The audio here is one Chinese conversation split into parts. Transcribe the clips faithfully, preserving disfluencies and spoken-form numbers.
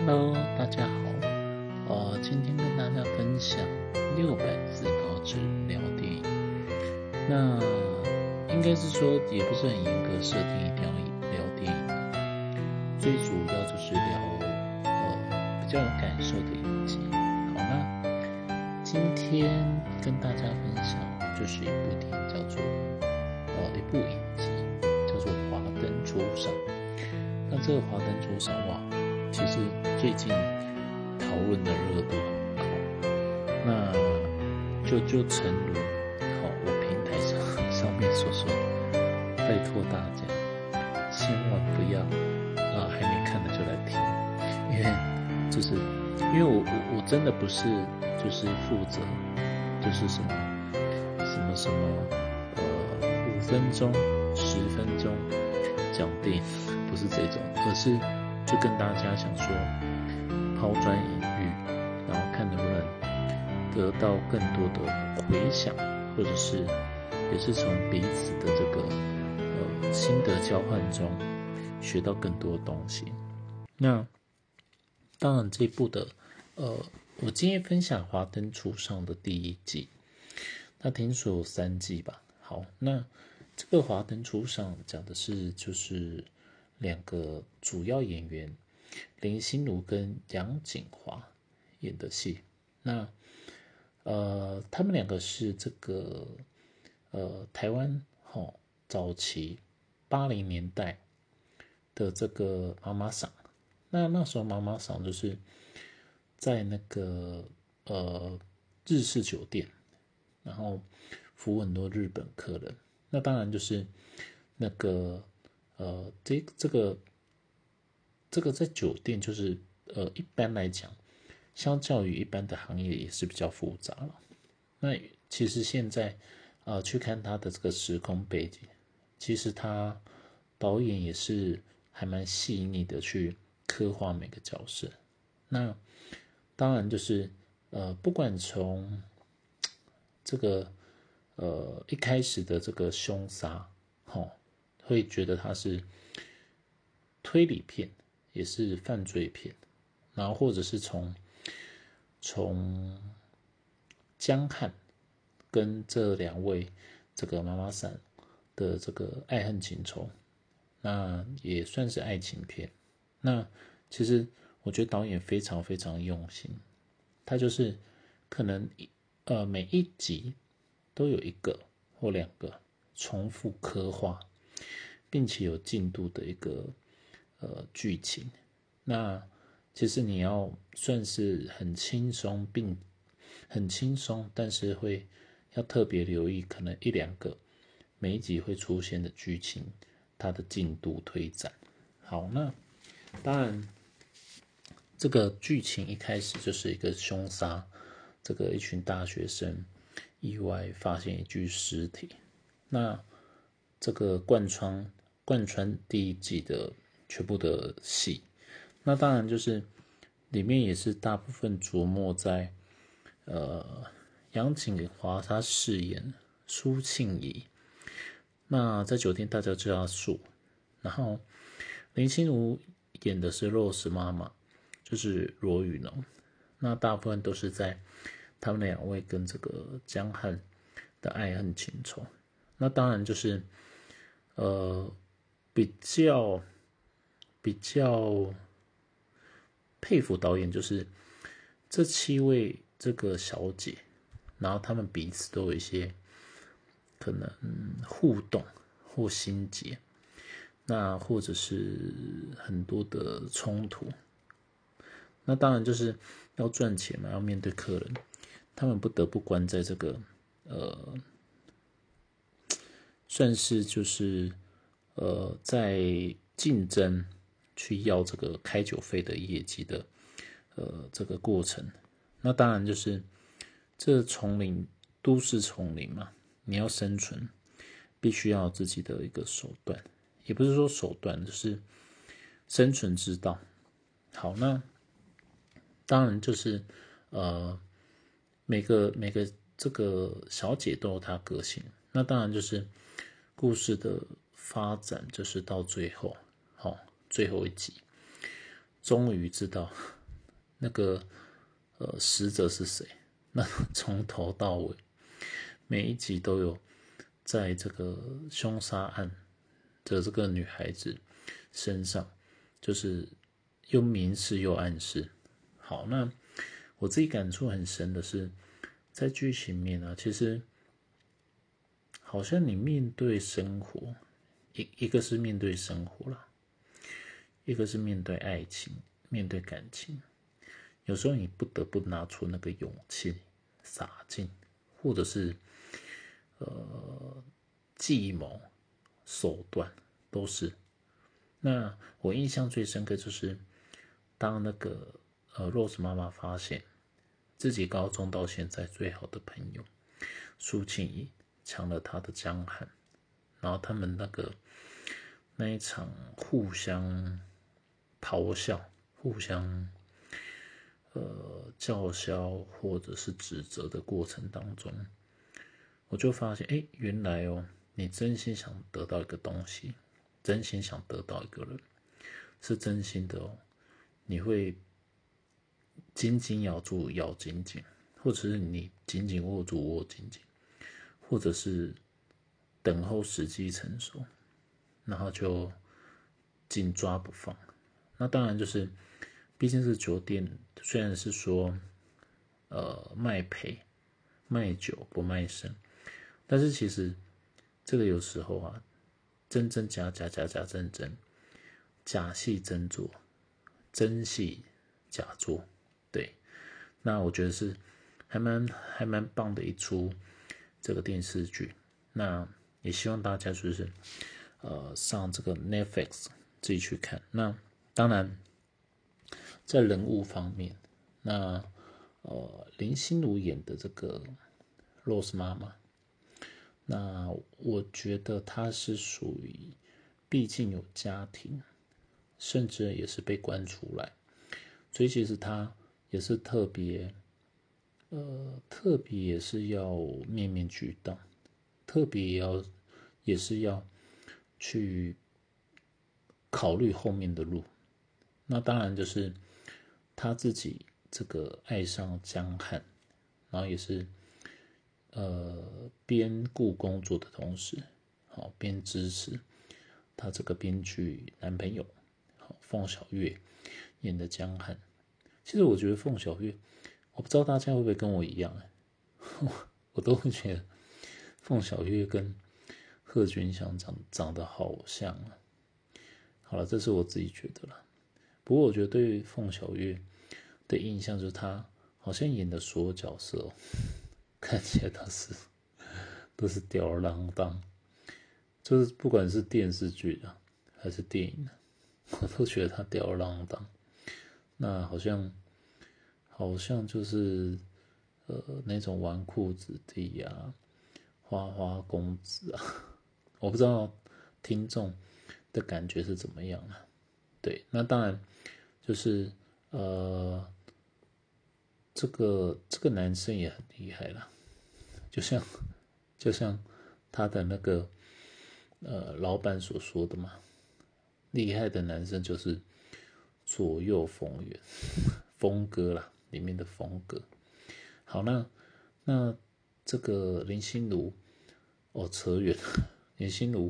Hello，大家好。呃，今天跟大家分享六百字高质聊电影。那应该是说，也不是很严格设定一定要聊电影，最主要就是聊呃比较有感受的影集。好，那今天跟大家分享就是一部电影，叫做呃一部影集，叫做《华灯初上》。那这个《华灯初上》哇，其实最近讨论的热度很高，那就就诚如好我平台上上面所说的，拜托大家千万不要啊、呃、还没看的就来听，因为就是因为我我我真的不是就是负责就是什么什么什么呃五分钟十分钟讲电影，不是这种，而是就跟大家想说抛砖引玉，然后看能不能得到更多的回响，或者是也是从彼此的这个呃心得交换中学到更多的东西。那当然这一部的呃我今天分享《华灯初上》的第一季，那听说有三季吧。好，那这个《华灯初上》讲的是就是两个主要演员林心如跟杨谨华演的戏。那呃，他们两个是这个呃台湾吼、哦、早期八零年代的这个妈妈桑。那那时候妈妈桑就是在那个呃日式酒店，然后服务很多日本客人。那当然就是那个呃这这个这个在酒店就是呃一般来讲，相较于一般的行业也是比较复杂了。那其实现在呃去看他的这个时空背景，其实他导演也是还蛮细腻的去刻画每个角色。那当然就是呃不管从这个呃一开始的这个凶杀，哦，会觉得它是推理片，也是犯罪片，然后或者是从从江汉跟这两位这个妈妈桑的这个爱恨情仇，那也算是爱情片。那其实我觉得导演非常非常用心，他就是可能呃每一集都有一个或两个重复刻画，并且有进度的一个呃剧情。那其实你要算是很轻松，并很轻松，但是会要特别留意可能一两个每一集会出现的剧情，它的进度推展。好，那当然这个剧情一开始就是一个凶杀，这个一群大学生意外发现一具尸体。那这个贯穿贯穿第一季的全部的戏，那当然就是里面也是大部分琢磨在呃杨谨华他饰演苏庆仪，那在酒店大家叫她素，然后林心如演的是 Rose 妈妈，就是罗宇农。那大部分都是在他们两位跟这个江汉的爱恨情仇。那当然就是呃比较比较佩服导演，就是这七位这个小姐，然后他们彼此都有一些可能互动或心结，那或者是很多的冲突。那当然就是要赚钱嘛，要面对客人，他们不得不关在这个呃，算是就是呃在竞争去要这个开酒费的业绩的呃这个过程。那当然就是这丛林都市丛林嘛，你要生存，必须要有自己的一个手段，也不是说手段，就是生存之道。好，那当然就是呃每个每个这个小姐都有她个性。那当然就是故事的发展，就是到最后，好、哦，最后一集终于知道那个呃死者是谁？那从头到尾每一集都有在这个凶杀案的这个女孩子身上，就是又明示又暗示。好，那我自己感触很深的是，在剧情面啊，其实好像你面对生活，一一个是面对生活啦，一个是面对爱情，面对感情。有时候你不得不拿出那个勇气、洒劲，或者是呃计谋、手段，都是。那我印象最深刻就是，当那个呃 Rose 妈妈发现自己高中到现在最好的朋友苏庆怡抢了她的江汉，然后他们那个那一场互相咆哮、互相呃叫嚣或者是指责的过程当中，我就发现，哎，原来哦，你真心想得到一个东西，真心想得到一个人，是真心的哦，你会紧紧咬住咬紧紧，或者是你紧紧握住握紧紧，或者是等候时机成熟，然后就紧抓不放。那当然就是，毕竟是酒店，虽然是说呃卖赔卖酒不卖身，但是其实这个有时候啊，真真假假假假真真，假戏真做，真戏假做，对。那我觉得是还蛮还蛮棒的一出这个电视剧。那也希望大家就是呃上这个 Netflix 自己去看。那当然在人物方面，那呃林心如演的这个 Rose 妈妈，那我觉得她是属于毕竟有家庭，甚至也是被关出来，所以其实她也是特别呃特别也是要面面俱到，特别也要也是要去考虑后面的路。那当然就是他自己这个爱上江汉，然后也是呃边顾工作的同时，好边支持他这个编剧男朋友，好凤小岳演的江汉。其实我觉得凤小岳，我不知道大家会不会跟我一样，我都会觉得凤小岳跟贺军翔长长得好像啊。好了，这是我自己觉得啦。不过我觉得对于凤小岳的印象就是他好像演的所有角色、哦、看起来都是都是吊儿郎当，就是不管是电视剧啊还是电影啊，我都觉得他吊儿郎当。那好像好像就是呃那种纨绔子弟啊、花花公子啊，我不知道听众的感觉是怎么样啊？对，那当然就是呃，这个这个男生也很厉害啦，就像就像他的那个呃老板所说的嘛，厉害的男生就是左右逢源，峰哥啦，里面的峰哥。好，那那这个林心如，哦，扯远了，林心如，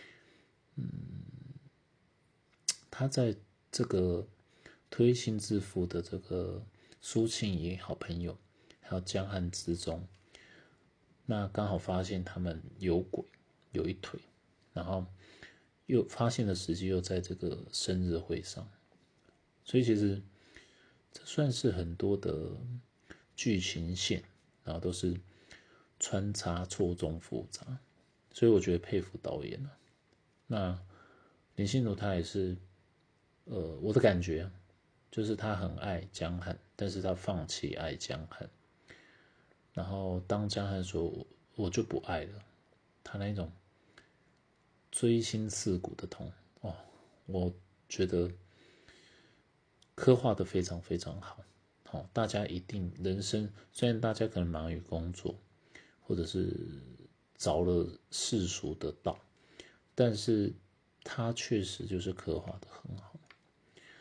他在这个推心置腹的这个苏庆怡好朋友，还有江汉之中，那刚好发现他们有鬼，有一腿，然后又发现的时机又在这个生日会上，所以其实这算是很多的剧情线，然后都是穿插错综复杂，所以我觉得佩服导演了。那林心如她也是。呃，我的感觉就是他很爱江汉，但是他放弃爱江汉，然后当江汉说我就不爱了，他那种锥心刺骨的痛哦，我觉得刻画的非常非常好。好、哦，大家一定人生虽然大家可能忙于工作，或者是着了世俗的道，但是他确实就是刻画的很好。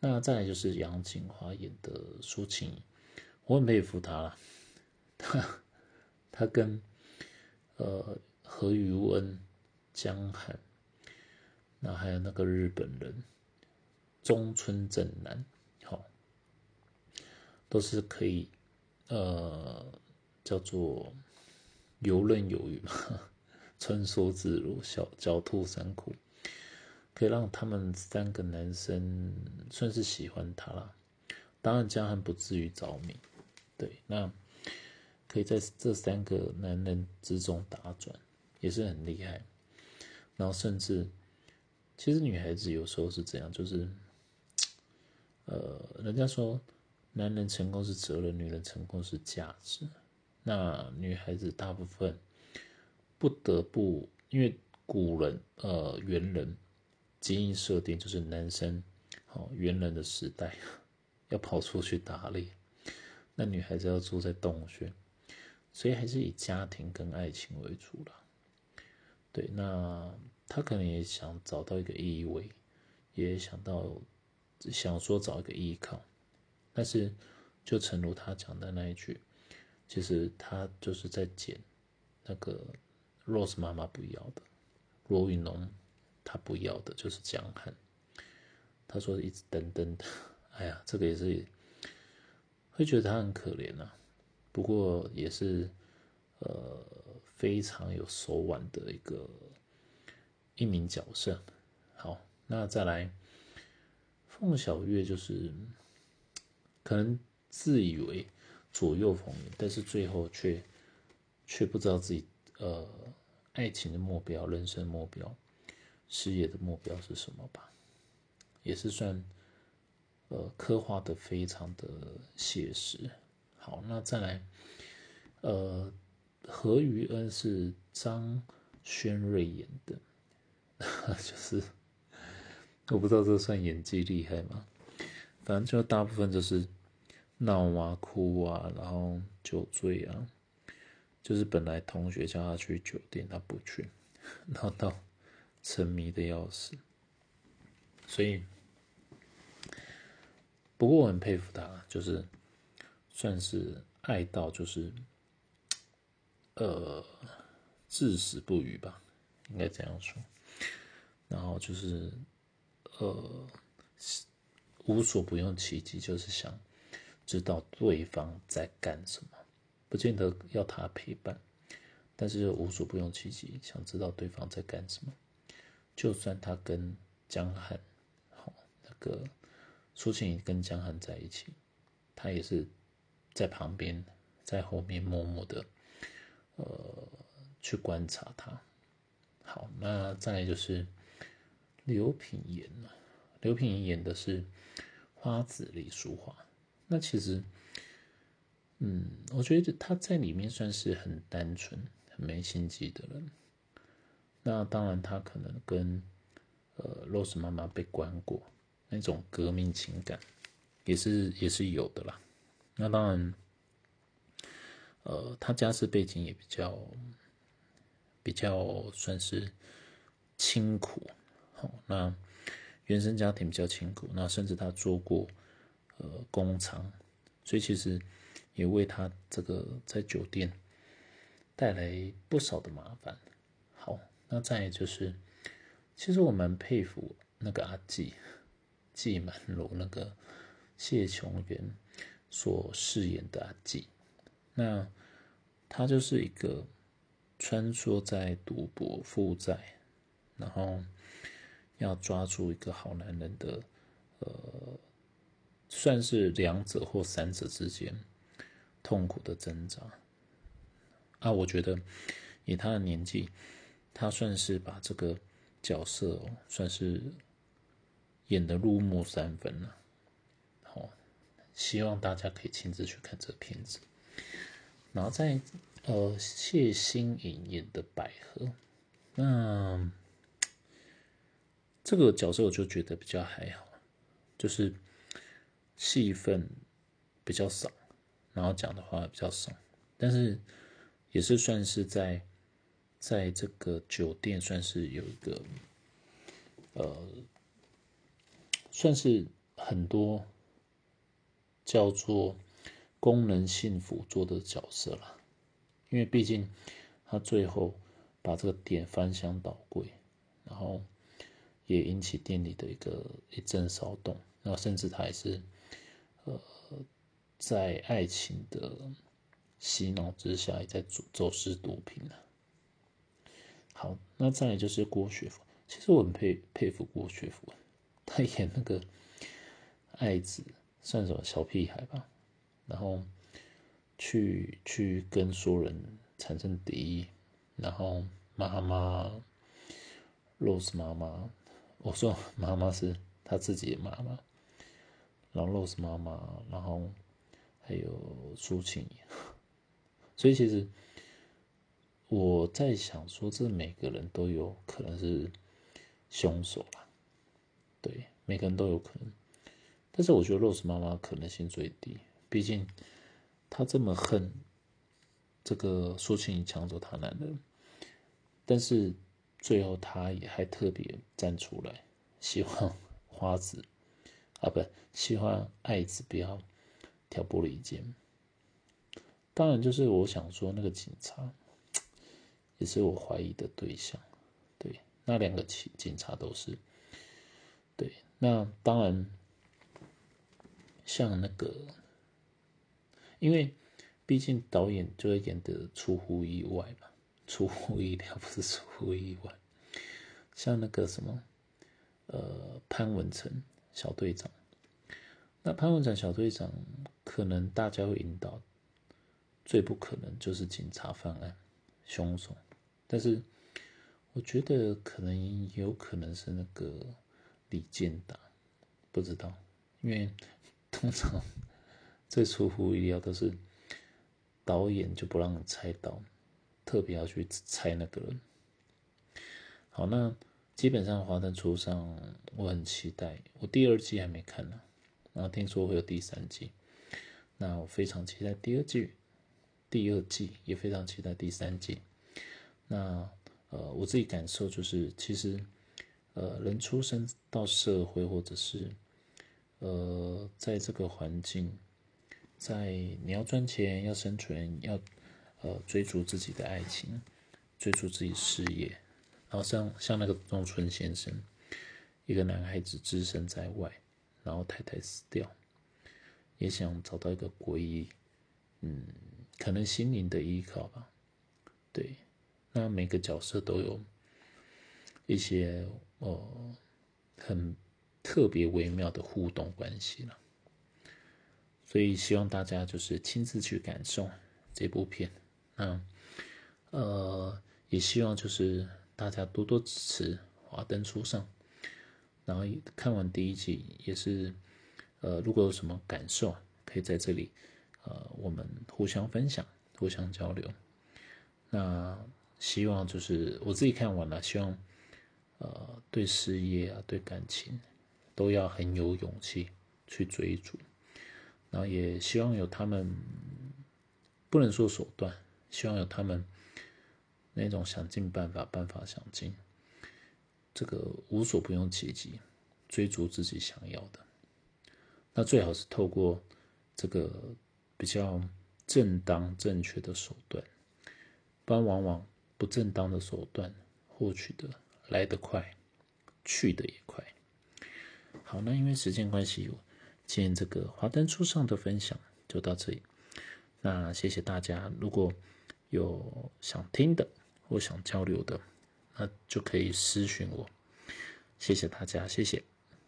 那再来就是杨锦华演的苏庆仪，我很佩服她啦，她她跟呃何宇文、江汉，那还有那个日本人中村正男，好，都是可以呃叫做游刃有余嘛，穿梭自如，小狡兔三窟。可以让他们三个男生算是喜欢他啦，当然江汉不至于着迷，对，那可以在这三个男人之中打转，也是很厉害。然后甚至，其实女孩子有时候是这样，就是，呃，人家说男人成功是责任，女人成功是价值。那女孩子大部分不得不，因为古人呃猿人。基因设定就是男生，好猿人的时代要跑出去打猎，那女孩子要住在洞穴，所以还是以家庭跟爱情为主啦。对，那他可能也想找到一个依偎，也想到想说找一个依靠，但是就诚如他讲的那一句，其实他就是在捡那个 Rose 妈妈不要的罗云龙。他不要的就是江汉，他说一直等等的，哎呀，这个也是会觉得他很可怜啊。不过也是呃非常有手腕的一个一名角色。好，那再来凤小岳就是可能自以为左右逢源，但是最后却却不知道自己呃爱情的目标、人生目标。事业的目标是什么吧？也是算呃刻画的非常的写实。好，那再来，呃，何于恩是张轩瑞演的，就是我不知道这算演技厉害吗？反正就大部分就是闹啊、哭啊，然后酒醉啊，就是本来同学叫他去酒店，他不去，然后到沉迷的要死，所以，不过我很佩服他，就是算是爱到就是呃至死不渝吧，应该这样说。然后就是呃无所不用其极，就是想知道对方在干什么，不见得要他陪伴，但是无所不用其极，想知道对方在干什么。就算他跟江汉，好那个苏庆仪跟江汉在一起，他也是在旁边，在后面默默的呃去观察他。好，那再来就是刘品言了。刘品言演的是花子李淑华，那其实，嗯，我觉得他在里面算是很单纯、很没心机的人。那当然，他可能跟呃 Rose 妈妈被关过，那种革命情感也是也是有的啦。那当然，呃，他家世背景也比较比较算是清苦，好，那原生家庭比较清苦，那甚至他做过呃工厂，所以其实也为他这个在酒店带来不少的麻烦。好，那再来就是，其实我蛮佩服那个阿纪纪满如那个谢琼元所饰演的阿纪，那他就是一个穿梭在赌博、负债，然后要抓住一个好男人的，呃，算是两者或三者之间痛苦的挣扎。啊，我觉得以他的年纪，他算是把这个角色、哦、算是演得入木三分了。好，希望大家可以亲自去看这个片子。然后在呃谢欣颖演的百合，那这个角色我就觉得比较还好，就是戏份比较少，然后讲的话比较少，但是也是算是在在这个酒店算是有一个呃算是很很多叫做功能性辅助的角色啦，因为毕竟他最后把这个店翻箱倒柜，然后也引起店里的一个一阵骚动，然后甚至他也是呃在爱情的洗脑之下，也在走走私毒品了。好，那再来就是郭学福，其实我很佩佩服郭学福，他演那个爱子算什么小屁孩吧，然后去去跟所有人产生敌意，然后妈妈 Rose 妈妈，我说妈妈是他自己的妈妈，然后 Rose 妈妈，然后还有苏庆怡，所以其实我在想说，这每个人都有可能是凶手啦，对，每个人都有可能，但是我觉得 Rose 妈妈可能性最低，毕竟她这么恨这个苏庆怡抢走她男人，但是最后她也还特别站出来，希望花子啊不，希望爱子不要挑拨离间。当然，就是我想说，那个警察也是我怀疑的对象。对，那两个警察都是。对，那当然，像那个，因为毕竟导演就会演得出乎意外嘛，出乎意料不是出乎意外。像那个什么，呃，潘文成小队长，那潘文成小队长可能大家会引导。最不可能就是警察犯案凶手，但是我觉得可能有可能是那个李健达，不知道，因为通常最出乎意料都是导演就不让你猜到，特别要去猜那个人。好，那基本上《华灯初上》我很期待，我第二季还没看呢，然后听说会有第三季，那我非常期待第二季。第二季也非常期待第三季。那呃，我自己感受就是，其实呃，人出生到社会，或者是呃，在这个环境，在你要赚钱、要生存、要呃追逐自己的爱情、追逐自己事业，然后像像那个中村先生，一个男孩子只身在外，然后太太死掉，也想找到一个归依，嗯。可能心灵的依靠吧，对，那每个角色都有一些呃很特别微妙的互动关系了，所以希望大家就是亲自去感受这部片，那呃也希望就是大家多多支持《华灯初上》，然后看完第一季也是呃如果有什么感受，可以在这里。呃，我们互相分享，互相交流。那希望就是我自己看完了，希望呃对事业啊，对感情都要很有勇气去追逐，然后也希望有他们不能说手段，希望有他们那种想尽办法，办法想尽，这个无所不用其极，追逐自己想要的。那最好是透过这个。比较正当正确的手段，不然往往不正当的手段获取的来得快，去的也快。好，那因为时间关系，今天这个华灯初上的分享就到这里。那谢谢大家，如果有想听的或想交流的，那就可以私讯我。谢谢大家，谢谢。